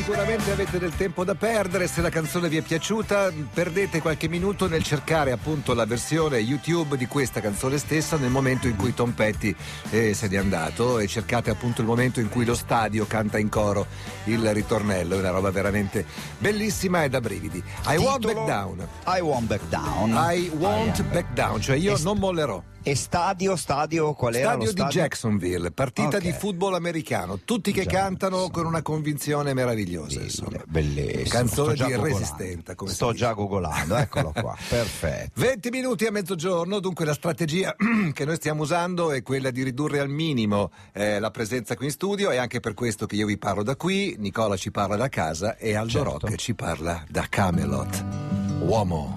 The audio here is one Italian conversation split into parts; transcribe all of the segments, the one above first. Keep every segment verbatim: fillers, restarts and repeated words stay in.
Sicuramente avete del tempo da perdere. Se la canzone vi è piaciuta, perdete qualche minuto nel cercare appunto la versione YouTube di questa canzone stessa nel momento in cui Tom Petty eh, se n'è andato, e cercate appunto il momento in cui lo stadio canta in coro il ritornello. È una roba veramente bellissima e da brividi. I Titolo, won't back down. I won't back down. I won't back down, cioè io Est- non mollerò. E stadio, stadio, qual era Stadio lo di stadio? Jacksonville, partita Ok. di football americano, tutti che Jackson. cantano con una convinzione meravigliosa, insomma. Bellissimo. Canzone Sto già di googolando. Resistenta, come Sto si dice. già googolando, eccolo qua. Perfetto. venti minuti a mezzogiorno, dunque la strategia che noi stiamo usando è quella di ridurre al minimo eh, la presenza qui in studio, e anche per questo che io vi parlo da qui, Nicola ci parla da casa e Aldo Certo. Rock ci parla da Camelot. Uomo.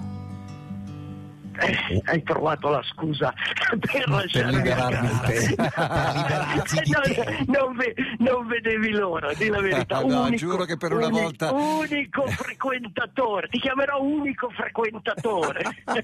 Eh, hai trovato la scusa per lasciare liberarmi di te. Per liberarti di te. No, non, ve- non vedevi l'ora, di la verità. No, Unico- giuro che per una uni- volta- unico frequentatore, ti chiamerò unico frequentatore.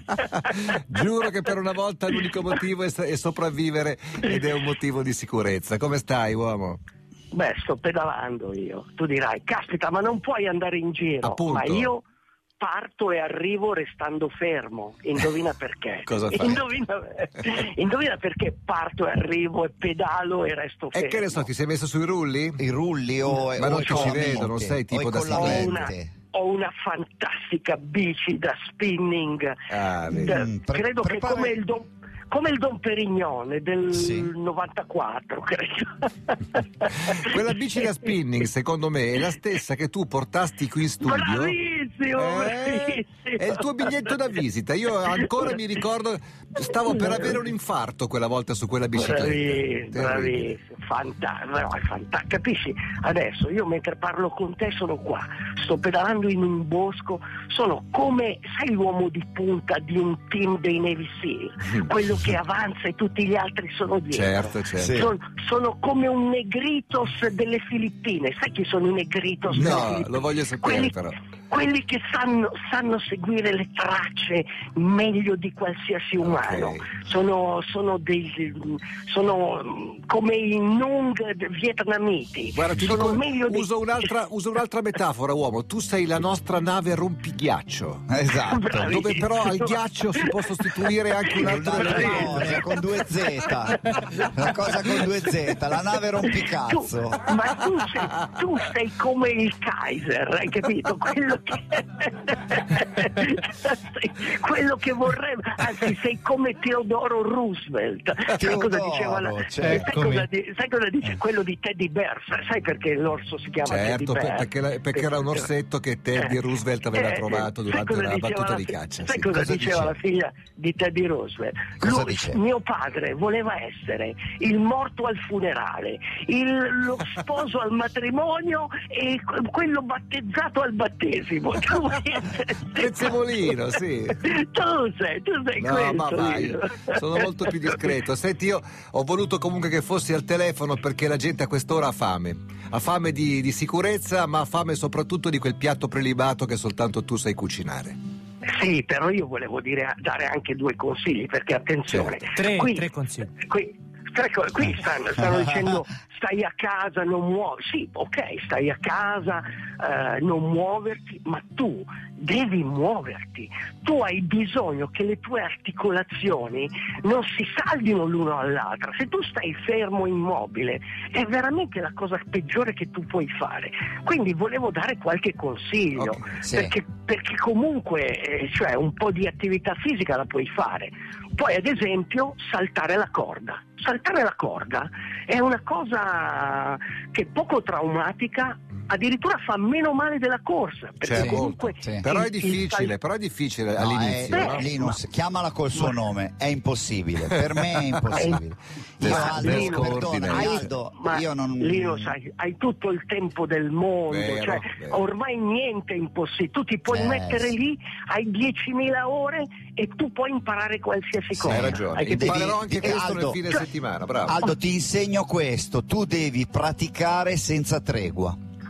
Giuro che per una volta l'unico motivo è, è sopravvivere, ed è un motivo di sicurezza. Come stai, uomo? Beh, sto pedalando io. Tu dirai, caspita, ma non puoi andare in giro. Appunto. Ma io parto e arrivo restando fermo. Indovina perché? Cosa fai? Indovina, indovina perché parto e arrivo e pedalo e resto fermo. E che ne so, ti sei messo sui rulli? I rulli o Ma non o ti con ci la vedo, mente, non sei tipo o da con la Ho Silente. una, mente. ho una fantastica bici da spinning. Ah, vedi. Da- Mm, pre- credo prepara- che come il Don come il Don Perignon del Sì. novantaquattro, credo. Quella bici da spinning, secondo me, è la stessa che tu portasti qui in studio. Bravissimo, Eh, bravissimo. è il tuo biglietto da visita. Io ancora mi ricordo, stavo per avere un infarto quella volta su quella bicicletta. Bravissimo, Terribile. bravissimo, fanta- no, è fanta- capisci? Adesso io mentre parlo con te sono qua, sto pedalando in un bosco, sono come, sai, l'uomo di punta di un team dei Navy Seal, quello che avanza e tutti gli altri sono dietro. Certo, certo. Sì. Sono, sono come un negritos delle Filippine. Sai chi sono i negritos delle No, Filippine? lo voglio sapere quelli, però. quelli che sanno, sanno seguire le tracce meglio di qualsiasi umano. Ok. Sono, sono, dei, sono mm, come i Nung vietnamiti. Guarda, ti sono dico, meglio di- uso un'altra, uso un'altra metafora, uomo. Tu sei la nostra nave rompighiaccio. Esatto. Bravissimo. Dove però al ghiaccio si può sostituire anche un altro Una elemento. cosa con due Z, una cosa con due Z, la nave Tu, rompicazzo. ma tu sei, tu sei come il Kaiser, hai capito? Quello che, quello che vorrebbe, anzi sei come Teodoro Roosevelt. Sai cosa Teodoro, diceva la- sai, certo. cosa di- sai cosa dice quello di Teddy Bear? Sai perché l'orso si chiama Certo, Teddy per- Bear? perché, la- perché era un orsetto che Teddy Eh, Roosevelt aveva eh, trovato sai durante cosa una diceva battuta la di fi- caccia. Sai sì. cosa, Cosa diceva diceva? la figlia di Teddy Roosevelt? Cosa Lui, diceva? mio padre voleva essere il morto al funerale, il- lo sposo al matrimonio e quello battezzato al battesimo. Tu vuoi essere Prezzemolino, sì. Tu sei, tu sei No, questo. ma vai, io. sono molto più discreto. Senti, io ho voluto comunque che fossi al telefono perché la gente a quest'ora ha fame. Ha fame di, di sicurezza, ma ha fame soprattutto di quel piatto prelibato che soltanto tu sai cucinare. Sì, però io volevo dire, dare anche due consigli, perché attenzione. Certo. Tre, qui, tre consigli. Qui, tre co- qui stanno, stanno dicendo stai a casa, non muovi. Sì, ok, stai a casa, eh, non muoverti, ma tu devi muoverti. Tu hai bisogno che le tue articolazioni non si saldino l'uno all'altra. Se tu stai fermo immobile è veramente la cosa peggiore che tu puoi fare. Quindi volevo dare qualche consiglio, Ok, sì. perché, perché comunque eh, cioè un po' di attività fisica la puoi fare. Poi ad esempio saltare la corda. Saltare la corda è una cosa che è poco traumatica, addirittura fa meno male della corsa, perché Certo, comunque sì. Però è il- il difficile, sal- però è difficile No, all'inizio. è- no? Linus, chiamala col suo nome, è impossibile. Per me è impossibile. Io, Ma Aldo, Lino, perdonami, hai- Aldo, ma io non. Lino, sai, hai tutto il tempo del mondo, Vero, cioè, vero. ormai niente è impossibile. Tu ti puoi Eh, mettere sì. lì, hai diecimila ore e tu puoi imparare qualsiasi cosa. Hai ragione. Hai capito? Imparerò anche devi- questo Aldo, nel fine cioè- settimana, bravo. Aldo, ti insegno questo: tu devi praticare senza tregua.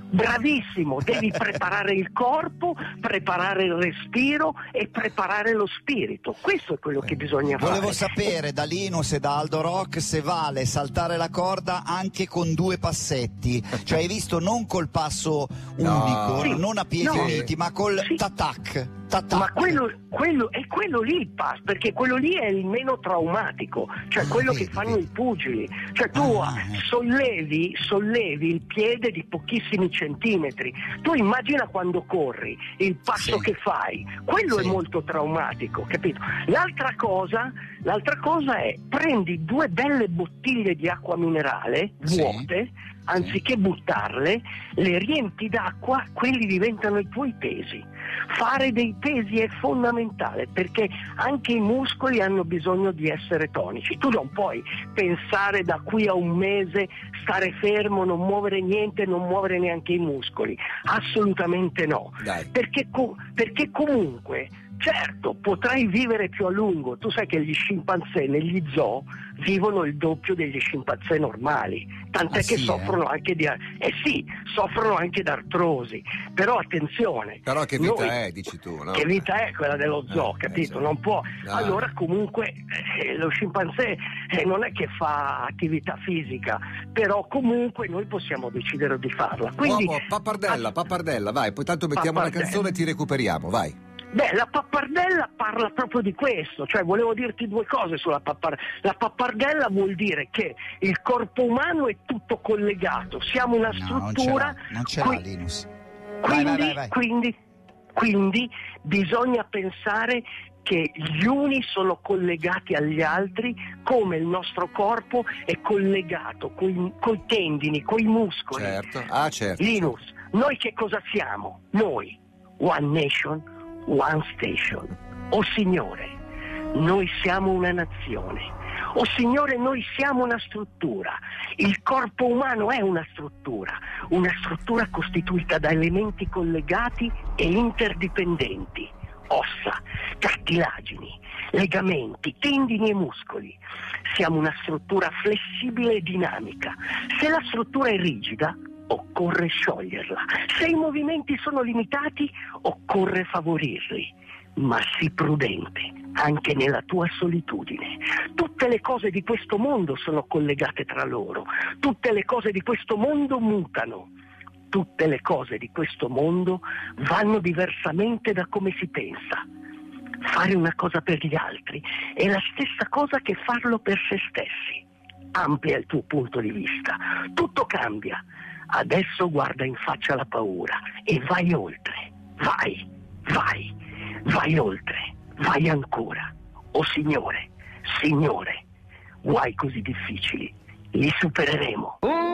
Bravissimo, devi preparare il corpo, preparare il respiro e preparare lo spirito. Questo è quello che bisogna fare. Volevo sapere da Linus e da Aldo Rock se vale saltare la corda anche con due passetti, cioè hai visto non col passo No. unico, Sì. non a piedi No. uniti, ma col Sì. tattac. tattac. Ma quello, quello è quello lì il pass, perché quello lì è il meno traumatico, cioè Ah, quello vedi, che fanno vedi. i pugili. Cioè tu Ah, sollevi, sollevi il piede di pochissimi centimetri. Tu immagina quando corri, il passo Sì. che fai, quello Sì. è molto traumatico, capito? L'altra cosa, l'altra cosa è prendi due belle bottiglie di acqua minerale Sì. vuote, anziché buttarle, le riempi d'acqua, quelli diventano i tuoi pesi. Fare dei pesi è fondamentale perché anche i muscoli hanno bisogno di essere tonici. Tu non puoi pensare da qui a un mese stare fermo, non muovere niente, non muovere neanche i muscoli. Assolutamente no. Dai. Perché, co- perché comunque, certo, potrai vivere più a lungo. Tu sai che gli scimpanzé negli zoo vivono il doppio degli scimpanzé normali, tant'è Ah, che sì, soffrono anche di eh sì, soffrono anche d'artrosi. Però attenzione. Però che vita noi- è, dici tu, no? Che vita è quella dello zoo, Eh, capito? eh, Non può. no. Allora comunque eh, lo scimpanzé eh, non è che fa attività fisica, però comunque noi possiamo decidere di farla. Quindi Uomo, pappardella, pappardella, vai, poi tanto mettiamo una Pappardella. canzone e ti recuperiamo, vai. Beh, la pappardella parla proprio di questo, cioè volevo dirti due cose sulla pappardella. La pappardella vuol dire che il corpo umano è tutto collegato, siamo una No, non ce struttura. l'ha, non ce l'ha qui- Linus. Vai, Quindi, vai, vai, vai. quindi, quindi bisogna pensare che gli uni sono collegati agli altri come il nostro corpo è collegato coi, coi tendini, coi muscoli. Certo, ah certo. Linus, noi che cosa siamo? Noi, One Nation, One Station. O Signore, noi siamo una nazione. O Signore, noi siamo una struttura. Il corpo umano è una struttura, una struttura costituita da elementi collegati e interdipendenti. Ossa, cartilagini, legamenti, tendini e muscoli. Siamo una struttura flessibile e dinamica. Se la struttura è rigida, occorre scioglierla. Se i movimenti sono limitati, occorre favorirli. Ma sii prudente, anche nella tua solitudine. Tutte le cose di questo mondo sono collegate tra loro. Tutte le cose di questo mondo mutano. Tutte le cose di questo mondo vanno diversamente da come si pensa. Fare una cosa per gli altri è la stessa cosa che farlo per se stessi. Amplia il tuo punto di vista. Tutto cambia. Adesso guarda in faccia la paura e vai oltre. Vai, vai, vai oltre. Vai ancora. Oh Signore, Signore, guai così difficili, li supereremo.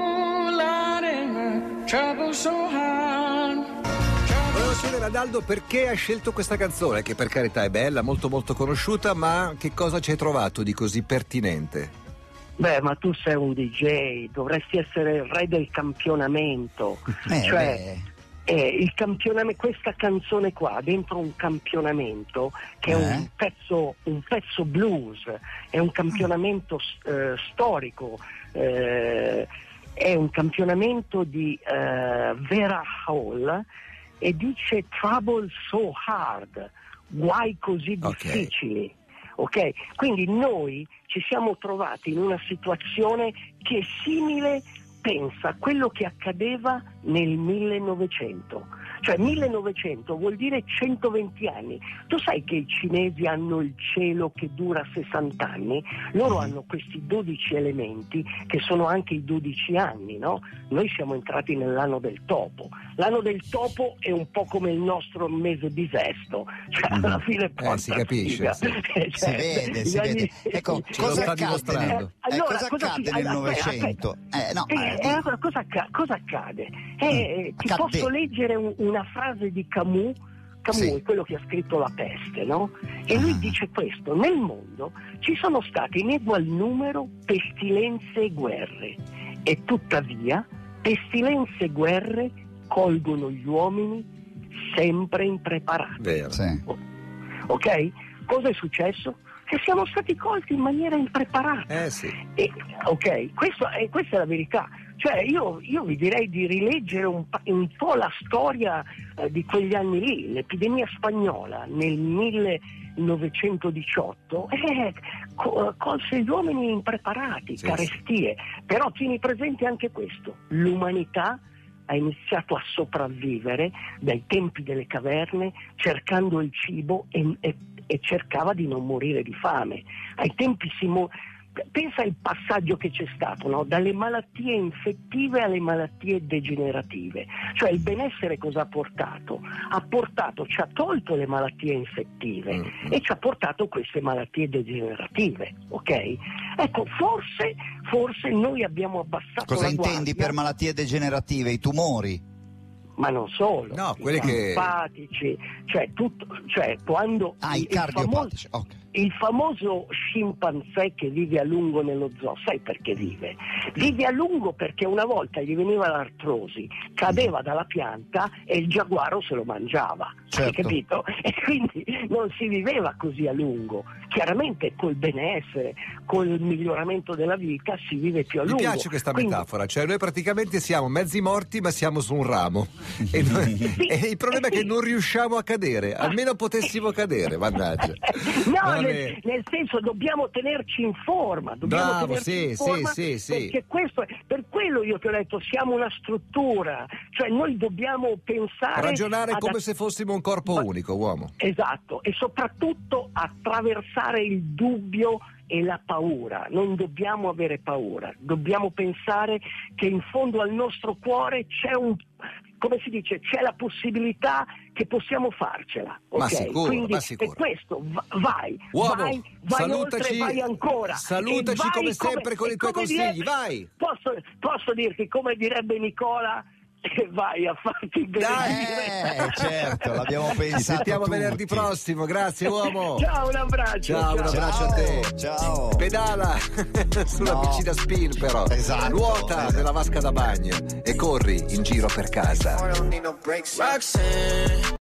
Volevo chiedere ad Aldo perché ha scelto questa canzone, che per carità è bella, molto molto conosciuta, ma che cosa ci hai trovato di così pertinente? Beh, ma tu sei un D J, dovresti essere il re del campionamento. Eh, cioè, beh. eh, il campionamento, questa canzone qua, dentro un campionamento che è Eh? un pezzo, un pezzo blues, è un campionamento eh, storico, eh, è un campionamento di eh, Vera Hall e dice Trouble so hard, guai così Ok. difficili. Ok? Quindi noi ci siamo trovati in una situazione che è simile, pensa, a quello che accadeva nel millenovecento. Cioè millenovecento vuol dire centoventi anni. Tu sai che i cinesi hanno il cielo che dura sessanta anni? Loro hanno questi dodici elementi che sono anche i dodici anni, no? Noi siamo entrati nell'anno del topo. L'anno del topo è un po' come il nostro mese bisesto, cioè alla fine porta si capisce, sfiga. sì. Cioè, Si vede, si gli anni- vede. Ecco, Ce lo cosa sta accade dimostrando. nel, eh, Allora, cosa cosa accade si- nel aspetta, Novecento? Eh, no, Eh, eh, eh, di- allora, cosa, acca- cosa accade? Eh, ti accade. posso leggere un- una frase di Camus. Camus Sì. è quello che ha scritto La peste, no? E lui Ah. dice questo: nel mondo ci sono stati in egual numero pestilenze e guerre, e tuttavia pestilenze e guerre colgono gli uomini sempre impreparati. Vero. sì. Ok? Cosa è successo? Che siamo stati colti in maniera impreparata. Eh sì. E, ok, questo è, questa è la verità. Cioè io, io vi direi di rileggere un, pa- un po' la storia eh, di quegli anni lì. L'epidemia spagnola nel millenovecentodiciotto eh, co- colse gli uomini impreparati, Sì, carestie, però tieni presente anche questo: l'umanità ha iniziato a sopravvivere dai tempi delle caverne cercando il cibo e, e, e cercava di non morire di fame. Ai tempi si mo- pensa al passaggio che c'è stato, no? Dalle malattie infettive alle malattie degenerative. Cioè il benessere cosa ha portato? Ha portato, ci ha tolto le malattie infettive Mm-hmm. e ci ha portato queste malattie degenerative, ok? Ecco, forse, forse noi abbiamo abbassato Cosa la intendi guardia, per malattie degenerative? I tumori? ma non solo, No, i quelli che- cardiopatici, cioè tutto, cioè quando Ah, i il, il famoso, cardiopatici, ok. il famoso scimpanzé che vive a lungo nello zoo, sai perché vive? Vive a lungo perché una volta gli veniva l'artrosi, cadeva dalla pianta e il giaguaro se lo mangiava, hai Certo. capito? E quindi non si viveva così a lungo. Chiaramente col benessere, col miglioramento della vita si vive più a Mi lungo. piace questa Quindi- metafora, cioè noi praticamente siamo mezzi morti ma siamo su un ramo e, noi- e il problema è che non riusciamo a cadere, almeno potessimo cadere, mannaggia. No, Va nel, bene. nel senso dobbiamo tenerci in forma, dobbiamo Bravo, tenerci sì, in sì, forma sì, sì. perché questo è, per quello io ti ho detto siamo una struttura, cioè noi dobbiamo pensare Ragionare ad- come se fossimo un corpo Ma- unico, uomo. Esatto, e soprattutto attraversare il dubbio e la paura. Non dobbiamo avere paura, dobbiamo pensare che in fondo al nostro cuore c'è un, come si dice, c'è la possibilità che possiamo farcela. Ma ok? sicuro, Quindi ma sicuro. è questo, va- vai, Uomo, vai, vai salutaci, oltre, vai ancora. salutaci E vai come sempre con e i tuoi come consigli, direbbe- vai. Posso, posso dirti, come direbbe Nicola, e vai a farti benedire. Eh, certo, l'abbiamo pensato Ci sentiamo tutti. venerdì prossimo, grazie uomo. Ciao, un abbraccio. Ciao, un abbraccio a te. Ciao. Pedala sulla No. piscina spin però. Esatto, Nuota esatto. nella vasca da bagno e corri in giro per casa. I don't need no breaks. Roxanne.